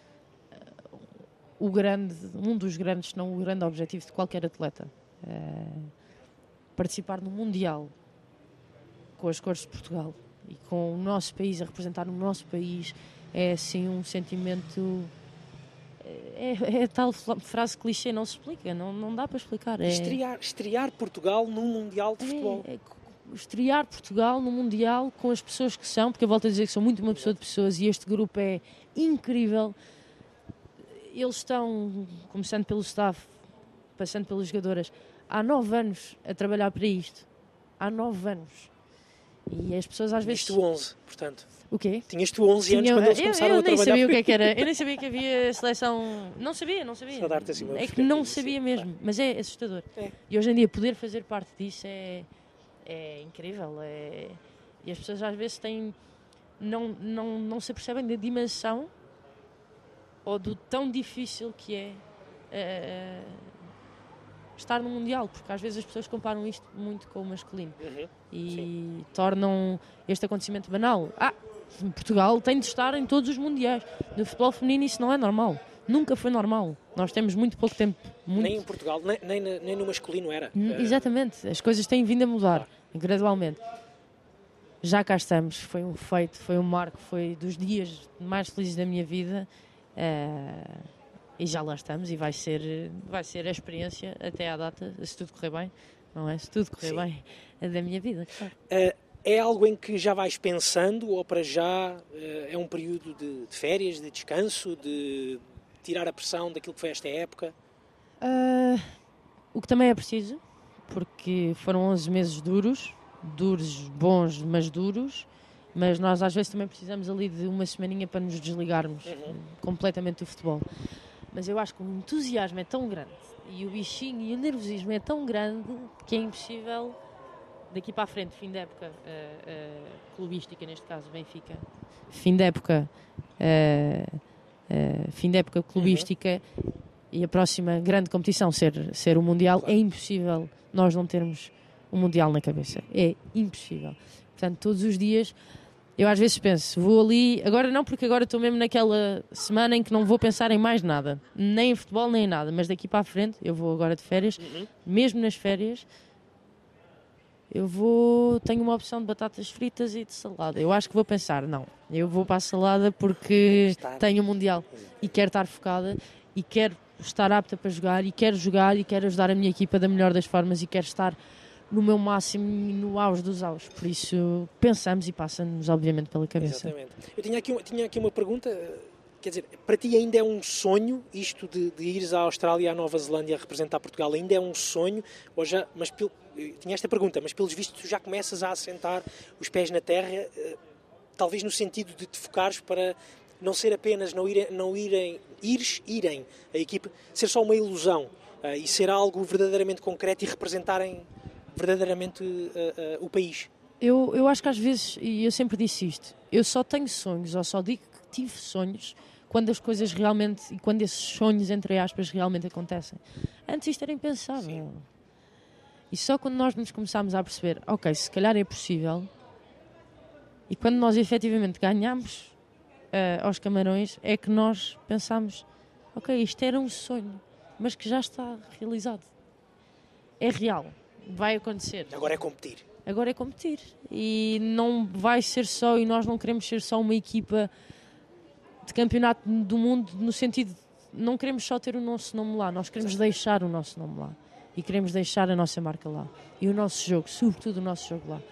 o grande, um dos grandes, se não o grande objetivo de qualquer atleta. É, participar no Mundial com as cores de Portugal e com o nosso país, a representar o nosso país, é assim um sentimento... É, é a tal frase clichê, não se explica, não, não dá para explicar. É, Estrear, estrear Portugal num Mundial de Futebol. É, é, estrear Portugal no Mundial com as pessoas que são, porque eu volto a dizer que sou muito uma pessoa de pessoas e este grupo é incrível. Eles estão, começando pelo staff, passando pelas jogadoras, há nove anos a trabalhar para isto. Há nove anos. E as pessoas às vezes... Tinhas tu onze, portanto. O quê? Tinhas tu onze anos Tinha... quando eles eu, começaram eu a trabalhar. Eu nem sabia o que é que era. Eu nem sabia que havia seleção... Não sabia, não sabia. Só dar-te assim uma é que não perspectiva, sabia sim, mesmo. claro. Mas é assustador. É. E hoje em dia poder fazer parte disso é, é incrível. É... E as pessoas às vezes têm... Não, não, não se apercebem da dimensão ou do tão difícil que é... é... estar no Mundial, porque às vezes as pessoas comparam isto muito com o masculino Uhum. e Sim. tornam este acontecimento banal. Ah, Portugal tem de estar em todos os Mundiais. No futebol feminino isso não é normal. Nunca foi normal. Nós temos muito pouco tempo. Muito... Nem em Portugal, nem, nem, nem no masculino era. N- Uh, Exatamente. As coisas têm vindo a mudar, Claro. gradualmente. Já cá estamos. Foi um feito, foi um marco, foi dos dias mais felizes da minha vida. Uh, E já lá estamos e vai ser, vai ser a experiência até à data, se tudo correr bem, não é? Se tudo correr Sim. bem, a da minha vida, claro. Uh, é algo em que já vais pensando ou para já uh, é um período de, de férias, de descanso, de tirar a pressão daquilo que foi esta época? Uh, o que também é preciso, porque foram onze meses duros, duros, bons, mas duros, mas nós às vezes também precisamos ali de uma semaninha para nos desligarmos Uhum. completamente do futebol. Mas eu acho que o entusiasmo é tão grande e o bichinho e o nervosismo é tão grande que é impossível daqui para a frente, fim da época uh, uh, clubística, neste caso Benfica, fim da época uh, uh, fim da época clubística uhum. e a próxima grande competição ser, ser o Mundial, claro. É impossível nós não termos o Mundial na cabeça, é impossível. Portanto, todos os dias eu às vezes penso, vou ali, agora não, porque agora estou mesmo naquela semana em que não vou pensar em mais nada, nem em futebol, nem em nada, mas daqui para a frente, eu vou agora de férias, uhum. mesmo nas férias, eu vou, tenho uma opção de batatas fritas e de salada. Eu acho que vou pensar, não, eu vou para a salada porque tenho o Mundial e quero estar focada e quero estar apta para jogar e quero jogar e quero ajudar a minha equipa da melhor das formas e quero estar no meu máximo e no auge dos auges. Por isso pensamos e passa-nos obviamente pela cabeça. Exatamente. Eu tinha aqui, tinha aqui uma pergunta, quer dizer, para ti ainda é um sonho isto de, de ires à Austrália e à Nova Zelândia representar Portugal? Ainda é um sonho? Ou já, mas pelo, tinha esta pergunta, mas pelos vistos tu já começas a assentar os pés na terra, talvez no sentido de te focares para não ser apenas, não irem, não irem, ires, irem a equipe, ser só uma ilusão e ser algo verdadeiramente concreto e representarem verdadeiramente uh, uh, o país. Eu, eu acho que às vezes, e eu sempre disse isto, eu só tenho sonhos, ou só digo que tive sonhos quando as coisas realmente, e quando esses sonhos, entre aspas, realmente acontecem. Antes isto era impensável. Sim. E só quando nós nos começámos a perceber, ok, se calhar é possível, e quando nós efetivamente ganhámos uh, aos Camarões, é que nós pensámos, ok, isto era um sonho, mas que já está realizado. É real. Vai acontecer. Agora é competir. Agora é competir. E não vai ser só, e nós não queremos ser só uma equipa de campeonato do mundo, no sentido, não queremos só ter o nosso nome lá, nós queremos Exato. deixar o nosso nome lá. E queremos deixar a nossa marca lá. E o nosso jogo, sobretudo o nosso jogo lá.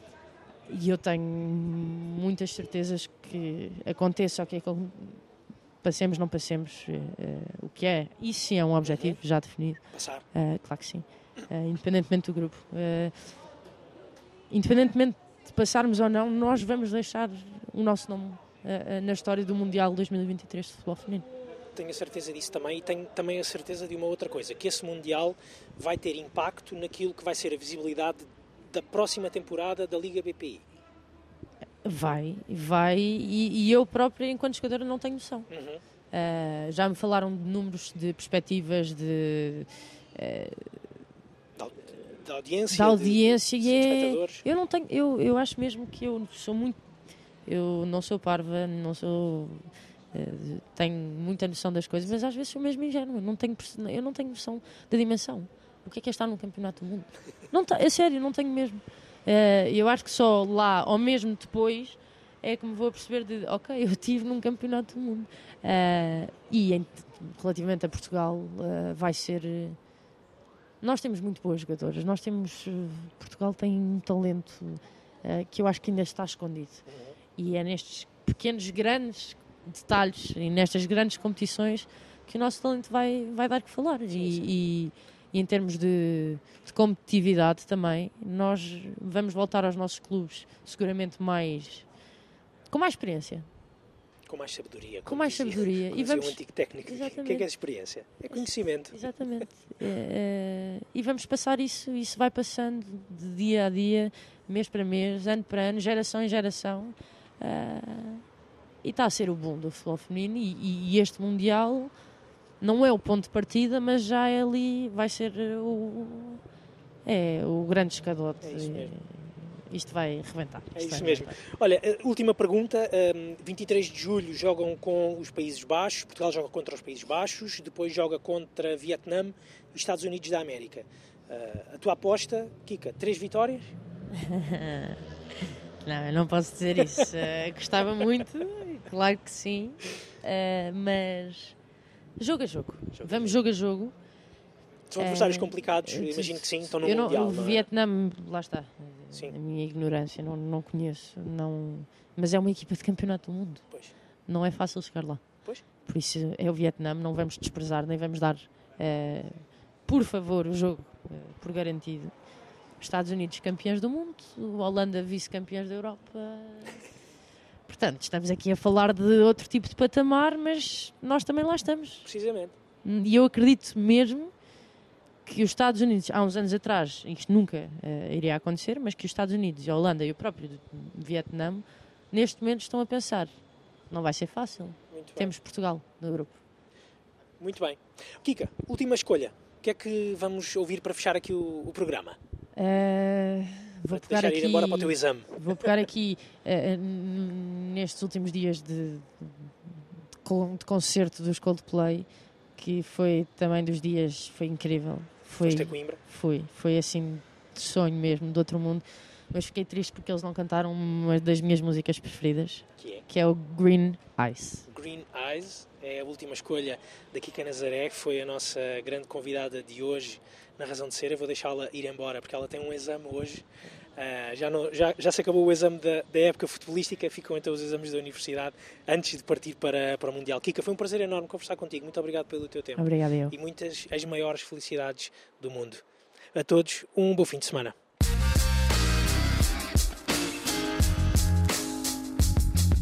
E eu tenho muitas certezas que aconteça, ok, que passemos, não passemos, uh, uh, o que é. Isso sim é um objetivo uhum. já definido. Passar. Uh, claro que sim. Uh, independentemente do grupo. Uh, independentemente de passarmos ou não, nós vamos deixar o nosso nome uh, uh, na história do Mundial dois mil e vinte e três de futebol feminino. Tenho a certeza disso também e tenho também a certeza de uma outra coisa, que esse Mundial vai ter impacto naquilo que vai ser a visibilidade da próxima temporada da Liga B P I. Vai, vai, e, e eu própria, enquanto jogadora, não tenho noção. Uhum. Uh, já me falaram de números, de perspectivas, de... Uh, da audiência, da audiência de, de, e de é, espectadores. Eu não tenho, eu, eu acho mesmo que eu sou muito, eu não sou parva, não sou, uh, tenho muita noção das coisas, mas às vezes sou mesmo ingênua, não tenho, eu não tenho noção da dimensão. O que é que é estar num campeonato do mundo? Não, é sério, não tenho mesmo. Uh, eu acho que só lá, ou mesmo depois, é que me vou perceber de, ok, eu estive num campeonato do mundo. Uh, e em, relativamente a Portugal, uh, vai ser... Uh, nós temos muito boas jogadoras. Nós temos... Uh, Portugal tem um talento uh, que eu acho que ainda está escondido. Uhum. E é nestes pequenos, grandes detalhes e nestas grandes competições que o nosso talento vai, vai dar que falar. Sim, e, sim. E, e em termos de, de competitividade também, nós vamos voltar aos nossos clubes seguramente mais... com mais experiência. Com mais sabedoria. Com mais dizia, sabedoria. E vamos... um antigo técnico. Exatamente. O que é que é experiência? É conhecimento. Exatamente. é, é... E vamos passar isso, isso vai passando de dia a dia, mês para mês, ano para ano, geração em geração. Uh... E está a ser o boom do futebol feminino e, e este Mundial não é o ponto de partida, mas já é ali, vai ser o, é, o grande escadote. É isso mesmo. Isto vai rebentar. É isso mesmo. Olha, última pergunta. vinte e três de julho jogam com os Países Baixos. Portugal joga contra os Países Baixos. Depois joga contra Vietnã e Estados Unidos da América. A tua aposta, Kika, três vitórias? Não, eu não posso dizer isso. Uh, gostava muito, claro que sim. Uh, mas jogo a jogo. jogo Vamos jogo a jogo. São adversários uh, complicados, imagino que sim, estão no eu Mundial. Não, o não é? Vietnã, lá está. Sim. A minha ignorância, não, não conheço. Não... Mas é uma equipa de campeonato do mundo. Pois. Não é fácil chegar lá. Pois. Por isso é o Vietnã, não vamos desprezar, nem vamos dar, uh, por favor, o jogo uh, por garantido. Estados Unidos campeões do mundo, Holanda vice-campeões da Europa. Portanto, estamos aqui a falar de outro tipo de patamar, mas nós também lá estamos. Precisamente. E eu acredito mesmo que os Estados Unidos, há uns anos atrás, isto nunca uh, iria acontecer, mas que os Estados Unidos, a Holanda e o próprio Vietnã, neste momento estão a pensar, não vai ser fácil. Muito Temos bem. Portugal no grupo. Muito bem. Kika, última escolha. O que é que vamos ouvir para fechar aqui o, o programa? Uh, vou para pegar deixar aqui, ir embora para o teu exame. Vou pegar aqui uh, nestes últimos dias de, de, de concerto dos Coldplay, que foi também dos dias, foi incrível. Foi, Foste a Coimbra? Foi, foi assim de sonho mesmo, de outro mundo. Mas fiquei triste porque eles não cantaram uma das minhas músicas preferidas, que é, que é o Green Eyes. Green Eyes é a última escolha da Kika Nazaré, que foi a nossa grande convidada de hoje na Razão de Ser. Eu vou deixá-la ir embora porque ela tem um exame hoje. Uh, já, não, já, já se acabou o exame da, da época futebolística, ficam então os exames da universidade antes de partir para, para o Mundial. Kika, foi um prazer enorme conversar contigo. Muito obrigado pelo teu tempo. Obrigada eu. E muitas, as maiores felicidades do mundo. A todos, um bom fim de semana.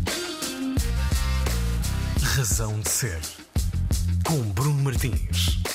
Razão de Ser, com Bruno Martins.